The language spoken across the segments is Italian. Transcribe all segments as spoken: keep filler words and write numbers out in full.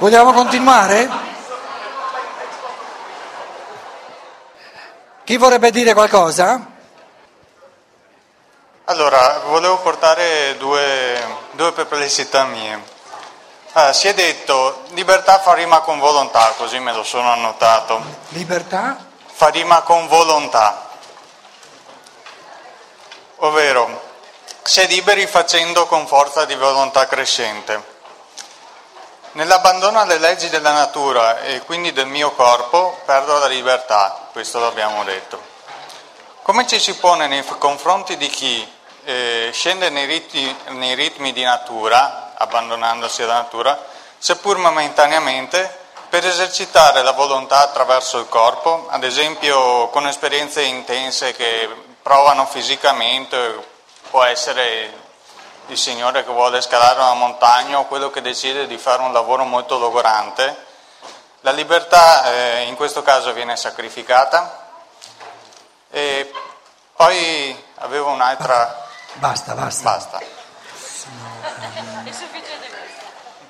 Vogliamo continuare? Chi vorrebbe dire qualcosa? Allora, volevo portare due, due perplessità mie. Ah, si è detto libertà fa rima con volontà, così me lo sono annotato. Libertà? Fa rima con volontà. Ovvero, si è liberi facendo con forza di volontà crescente. Nell'abbandono alle leggi della natura e quindi del mio corpo perdo la libertà, questo l'abbiamo detto. Come ci si pone nei confronti di chi eh, scende nei ritmi, nei ritmi di natura, abbandonandosi alla natura, seppur momentaneamente, per esercitare la volontà attraverso il corpo, ad esempio con esperienze intense che provano fisicamente, può essere il signore che vuole scalare una montagna o quello che decide di fare un lavoro molto logorante. La libertà eh, in questo caso viene sacrificata. E poi avevo un'altra... Basta, basta. Basta. È sufficiente questo.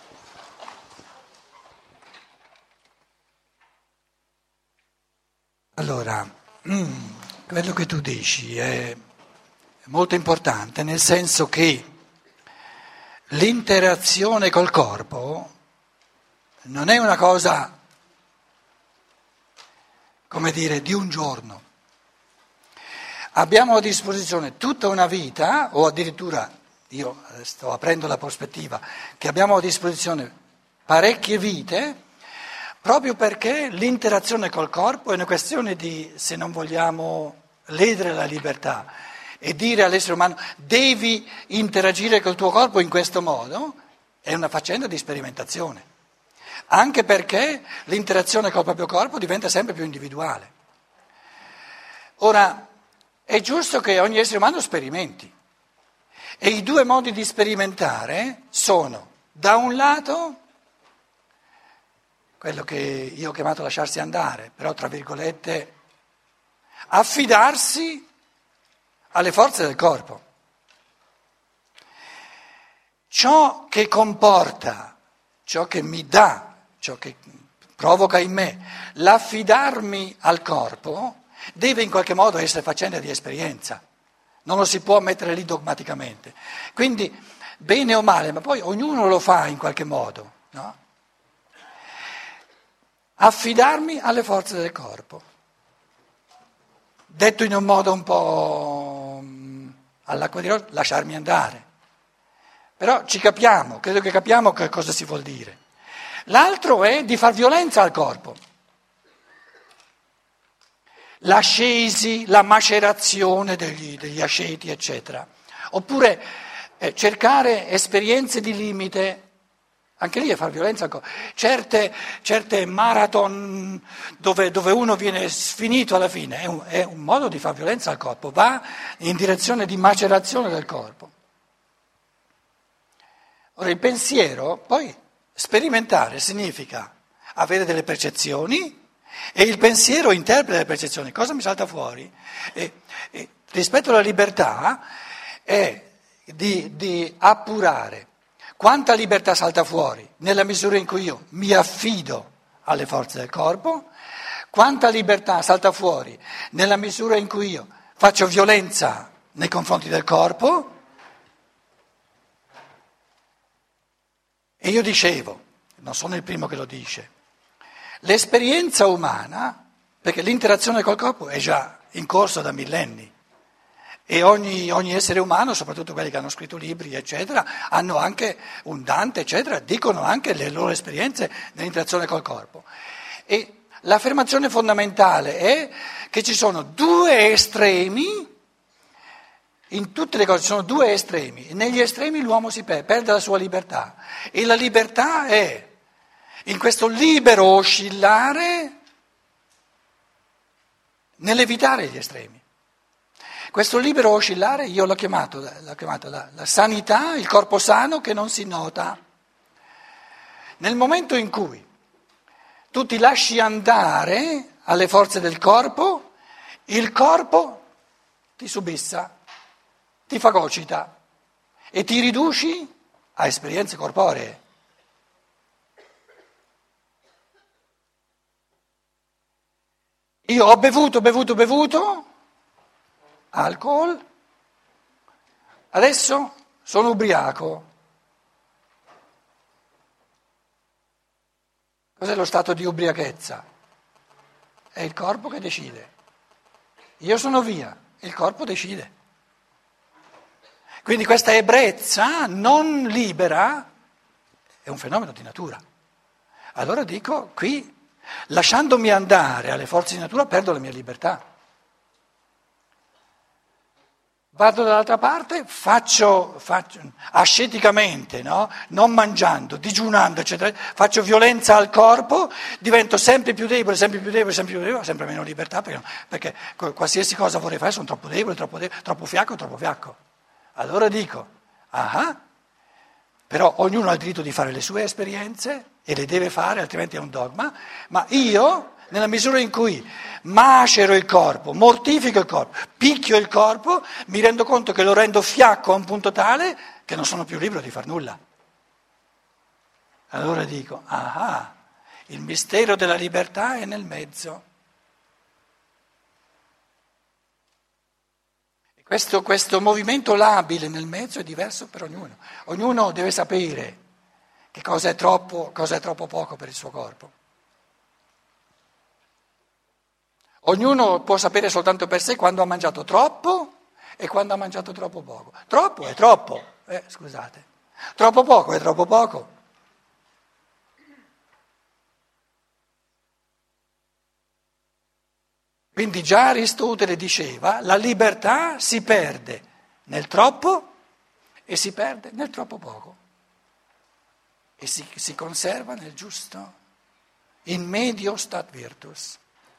Allora, quello che tu dici è molto importante, nel senso che l'interazione col corpo non è una cosa, come dire, di un giorno. Abbiamo a disposizione tutta una vita, o addirittura, io sto aprendo la prospettiva, che abbiamo a disposizione parecchie vite, proprio perché l'interazione col corpo è una questione di, se non vogliamo ledere la libertà e dire all'essere umano devi interagire col tuo corpo in questo modo, è una faccenda di sperimentazione, anche perché l'interazione col proprio corpo diventa sempre più individuale. Ora, è giusto che ogni essere umano sperimenti e i due modi di sperimentare sono, da un lato, quello che io ho chiamato lasciarsi andare, però tra virgolette, affidarsi alle forze del corpo. Ciò che comporta, ciò che mi dà, ciò che provoca in me l'affidarmi al corpo deve in qualche modo essere faccenda di esperienza, non lo si può mettere lì dogmaticamente. Quindi, bene o male, ma poi ognuno lo fa in qualche modo, no? Affidarmi alle forze del corpo. Detto in un modo un po' all'acqua di rose, lasciarmi andare. Però ci capiamo, credo che capiamo che cosa si vuol dire. L'altro è di far violenza al corpo. L'ascesi, la macerazione degli, degli asceti, eccetera. Oppure eh, cercare esperienze di limite. Anche lì è far violenza al corpo. Certe, certe marathon dove, dove uno viene sfinito alla fine è un, è un modo di far violenza al corpo, va in direzione di macerazione del corpo. Ora il pensiero, poi sperimentare significa avere delle percezioni e il pensiero interpreta le percezioni. Cosa mi salta fuori? E, e, rispetto alla libertà è di, di appurare quanta libertà salta fuori nella misura in cui io mi affido alle forze del corpo, quanta libertà salta fuori nella misura in cui io faccio violenza nei confronti del corpo. E io dicevo, non sono il primo che lo dice, l'esperienza umana, perché l'interazione col corpo è già in corso da millenni. E ogni, ogni essere umano, soprattutto quelli che hanno scritto libri, eccetera, hanno anche un Dante, eccetera, dicono anche le loro esperienze nell'interazione col corpo. E l'affermazione fondamentale è che ci sono due estremi, in tutte le cose ci sono due estremi, e negli estremi l'uomo si perde, perde la sua libertà. E la libertà è in questo libero oscillare nell'evitare gli estremi. Questo libero oscillare io l'ho chiamato, l'ho chiamato la, la sanità, il corpo sano che non si nota. Nel momento in cui tu ti lasci andare alle forze del corpo, il corpo ti subissa, ti fagocita e ti riduci a esperienze corporee. Io ho bevuto, bevuto, bevuto, alcol, adesso sono ubriaco. Cos'è lo stato di ubriachezza? È il corpo che decide. Io sono via, il corpo decide. Quindi questa ebbrezza non libera è un fenomeno di natura. Allora dico, qui, lasciandomi andare alle forze di natura, perdo la mia libertà. Vado dall'altra parte, faccio, faccio asceticamente, no? Non mangiando, digiunando, eccetera, faccio violenza al corpo, divento sempre più debole, sempre più debole, sempre più debole, sempre meno libertà, perché, perché qualsiasi cosa vorrei fare sono troppo debole, troppo debole, troppo fiacco, troppo fiacco. Allora dico, ah, però ognuno ha il diritto di fare le sue esperienze e le deve fare, altrimenti è un dogma, ma io, nella misura in cui macero il corpo, mortifico il corpo, picchio il corpo, mi rendo conto che lo rendo fiacco a un punto tale che non sono più libero di far nulla. Allora dico, ah, il mistero della libertà è nel mezzo. Questo, questo movimento labile nel mezzo è diverso per ognuno. Ognuno deve sapere che cosa è troppo, cosa è troppo poco per il suo corpo. Ognuno può sapere soltanto per sé quando ha mangiato troppo e quando ha mangiato troppo poco. Troppo è troppo, eh, scusate. Troppo poco è troppo poco. Quindi già Aristotele diceva la libertà si perde nel troppo e si perde nel troppo poco e si, si conserva nel giusto. In medio stat virtus.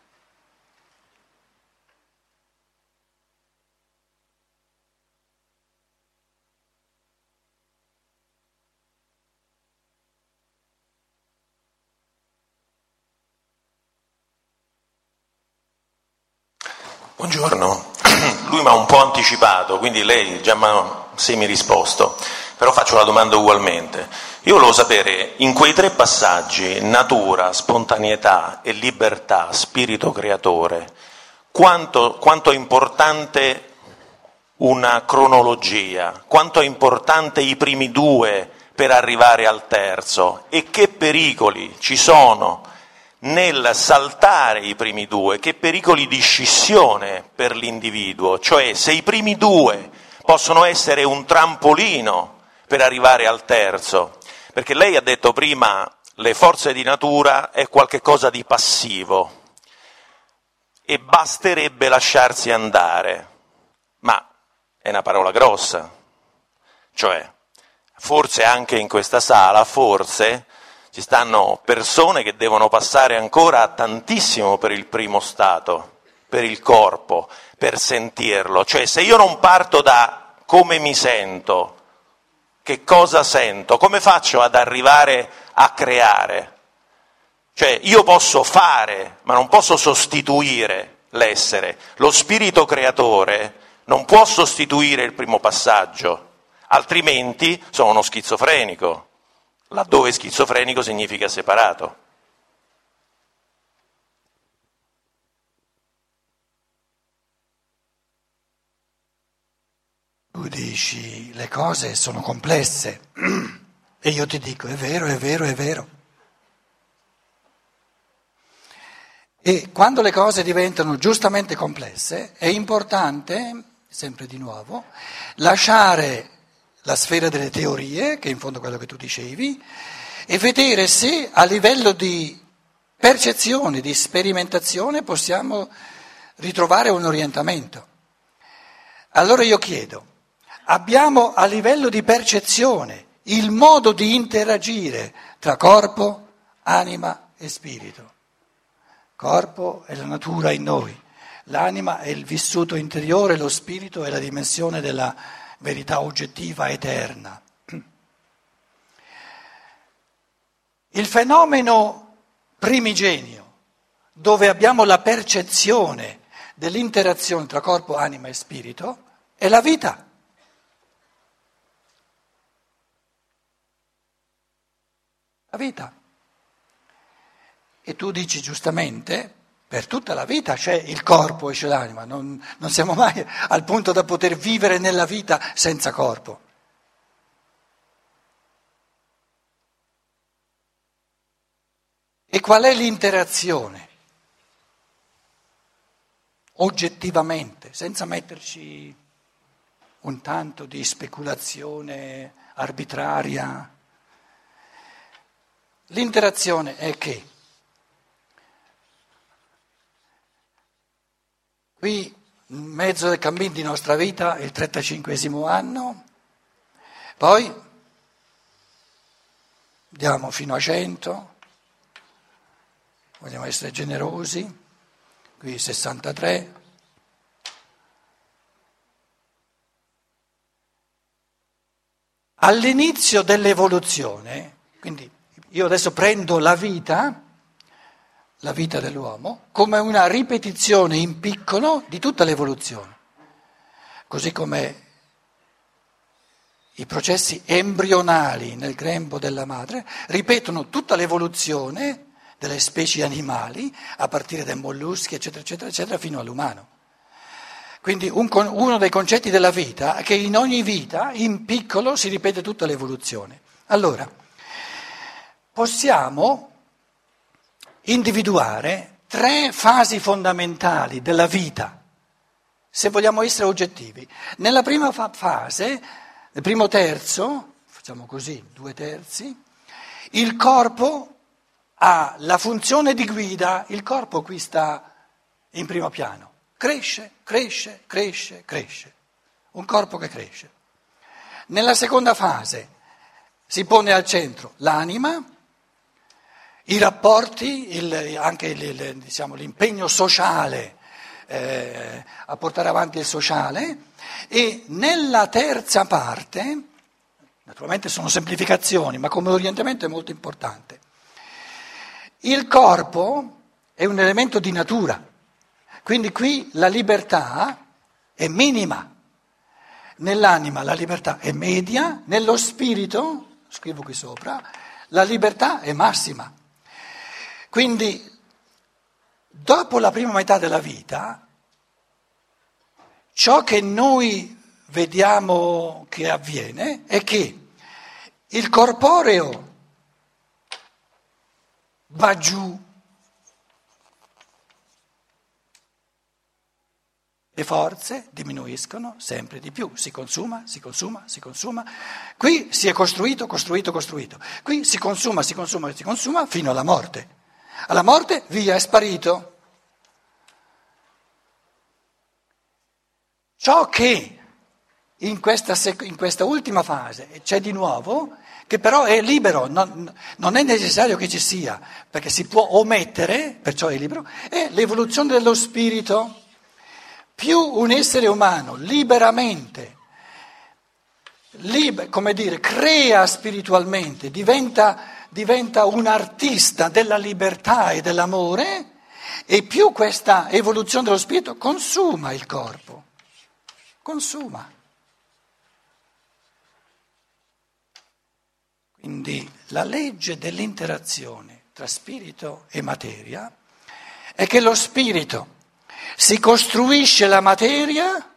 Buongiorno, lui mi ha un po' anticipato, quindi lei già mi ha semi risposto, però faccio la domanda ugualmente. Io volevo sapere, in quei tre passaggi, natura, spontaneità e libertà, spirito creatore, quanto, quanto è importante una cronologia, quanto è importante i primi due per arrivare al terzo e che pericoli ci sono nel saltare i primi due, che pericoli di scissione per l'individuo, cioè se i primi due possono essere un trampolino per arrivare al terzo, perché lei ha detto prima le forze di natura è qualcosa di passivo e basterebbe lasciarsi andare, ma è una parola grossa, cioè forse anche in questa sala, forse ci stanno persone che devono passare ancora tantissimo per il primo stato, per il corpo, per sentirlo. Cioè se io non parto da come mi sento, che cosa sento, come faccio ad arrivare a creare? Cioè io posso fare, ma non posso sostituire l'essere. Lo spirito creatore non può sostituire il primo passaggio, altrimenti sono uno schizofrenico. Laddove schizofrenico significa separato. Tu dici le cose sono complesse e io ti dico è vero, è vero, è vero. E quando le cose diventano giustamente complesse è importante, sempre di nuovo, lasciare la sfera delle teorie, che è in fondo quello che tu dicevi, e vedere se a livello di percezione, di sperimentazione possiamo ritrovare un orientamento. Allora io chiedo, abbiamo a livello di percezione il modo di interagire tra corpo, anima e spirito. Corpo è la natura in noi, l'anima è il vissuto interiore, lo spirito è la dimensione della verità oggettiva eterna. Il fenomeno primigenio, dove abbiamo la percezione dell'interazione tra corpo, anima e spirito, è la vita. La vita. E tu dici giustamente, Per tutta la vita c'è il corpo e c'è l'anima, non, non siamo mai al punto da poter vivere nella vita senza corpo. E qual è l'interazione? Oggettivamente, senza metterci un tanto di speculazione arbitraria. L'interazione è che qui, in mezzo del cammin di nostra vita, il trentacinquesimo anno, poi andiamo fino a cento, vogliamo essere generosi, qui sessantatré. All'inizio dell'evoluzione, quindi io adesso prendo la vita, la vita dell'uomo, come una ripetizione in piccolo di tutta l'evoluzione, così come i processi embrionali nel grembo della madre ripetono tutta l'evoluzione delle specie animali, a partire dai molluschi, eccetera, eccetera, eccetera, fino all'umano. Quindi un, uno dei concetti della vita è che in ogni vita, in piccolo, si ripete tutta l'evoluzione. Allora, possiamo individuare tre fasi fondamentali della vita, se vogliamo essere oggettivi. Nella prima fa- fase, nel primo terzo, facciamo così, due terzi, il corpo ha la funzione di guida, il corpo qui sta in primo piano. Cresce, cresce, cresce, cresce. Un corpo che cresce. Nella seconda fase si pone al centro l'anima, i rapporti, il, anche il, diciamo, l'impegno sociale eh, a portare avanti il sociale, e nella terza parte, naturalmente sono semplificazioni, ma come orientamento è molto importante, il corpo è un elemento di natura. Quindi qui la libertà è minima, nell'anima la libertà è media, nello spirito, scrivo qui sopra, la libertà è massima. Quindi dopo la prima metà della vita, ciò che noi vediamo che avviene è che il corporeo va giù, le forze diminuiscono sempre di più, si consuma, si consuma, si consuma. Qui si è costruito, costruito, costruito. Qui si consuma, si consuma, si consuma fino alla morte. Alla morte, via, è sparito. Ciò che in questa, sec- in questa ultima fase c'è di nuovo, che però è libero, non, non è necessario che ci sia, perché si può omettere, perciò è libero, è l'evoluzione dello spirito. Più un essere umano liberamente, liber, come dire, crea spiritualmente, diventa, diventa un artista della libertà e dell'amore, e più questa evoluzione dello spirito consuma il corpo, consuma. Quindi la legge dell'interazione tra spirito e materia è che lo spirito si costruisce la materia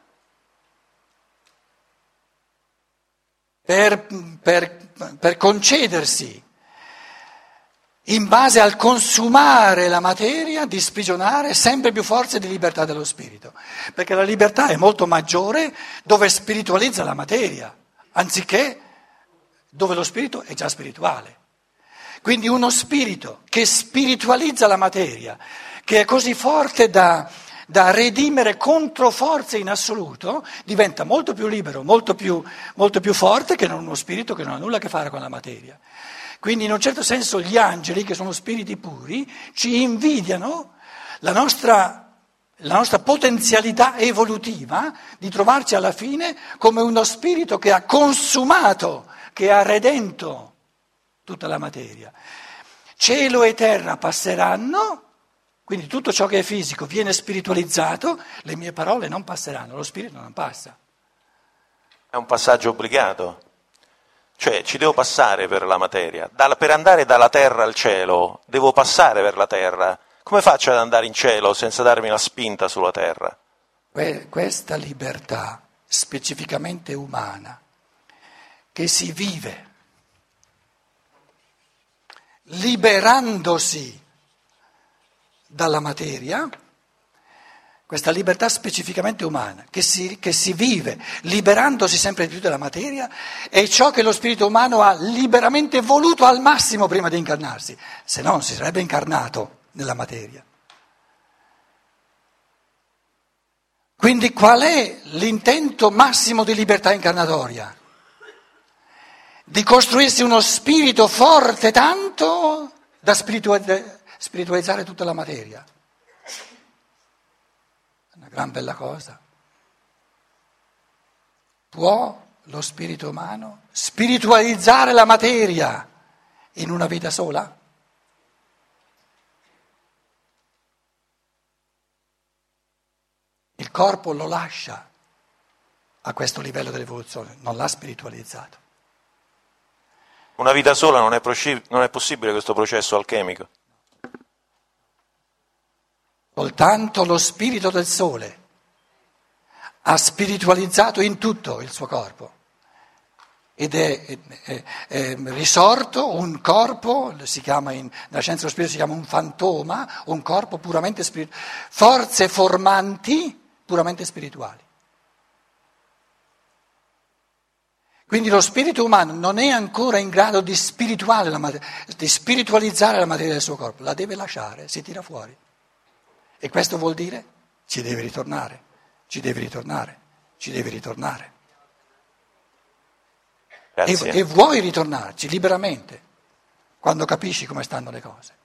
per, per, per concedersi, in base al consumare la materia, di sprigionare sempre più forze di libertà dello spirito, perché la libertà è molto maggiore dove spiritualizza la materia, anziché dove lo spirito è già spirituale. Quindi uno spirito che spiritualizza la materia, che è così forte da, da redimere contro forze in assoluto, diventa molto più libero, molto più, molto più forte che non uno spirito che non ha nulla a che fare con la materia. Quindi in un certo senso gli angeli, che sono spiriti puri, ci invidiano la nostra, la nostra potenzialità evolutiva di trovarci alla fine come uno spirito che ha consumato, che ha redento tutta la materia. Cielo e terra passeranno, quindi tutto ciò che è fisico viene spiritualizzato, le mie parole non passeranno, lo spirito non passa. È un passaggio obbligato, cioè ci devo passare per la materia, per andare dalla terra al cielo devo passare per la terra, Come faccio ad andare in cielo senza darmi una spinta sulla terra? Questa libertà specificamente umana che si vive liberandosi dalla materia, questa libertà specificamente umana che si, che si vive liberandosi sempre di più dalla materia, è ciò che lo spirito umano ha liberamente voluto al massimo prima di incarnarsi, se no non si sarebbe incarnato nella materia. Quindi qual è l'intento massimo di libertà incarnatoria? Di costruirsi uno spirito forte tanto da spiritualizzare tutta la materia. È una gran bella cosa. Può lo spirito umano spiritualizzare la materia in una vita sola? Il corpo lo lascia a questo livello dell'evoluzione, non l'ha spiritualizzato. Una vita sola non è, prosci- non è possibile questo processo alchemico? Soltanto lo spirito del sole ha spiritualizzato in tutto il suo corpo ed è, è, è, è risorto un corpo, si chiama in, nella scienza dello spirito si chiama un fantoma, un corpo puramente spirituale, forze formanti puramente spirituali. Quindi lo spirito umano non è ancora in grado di, spirituale la materia, di spiritualizzare la materia del suo corpo, la deve lasciare, si tira fuori. E questo vuol dire ci deve ritornare, ci deve ritornare, ci deve ritornare. E, e vuoi ritornarci liberamente quando capisci come stanno le cose.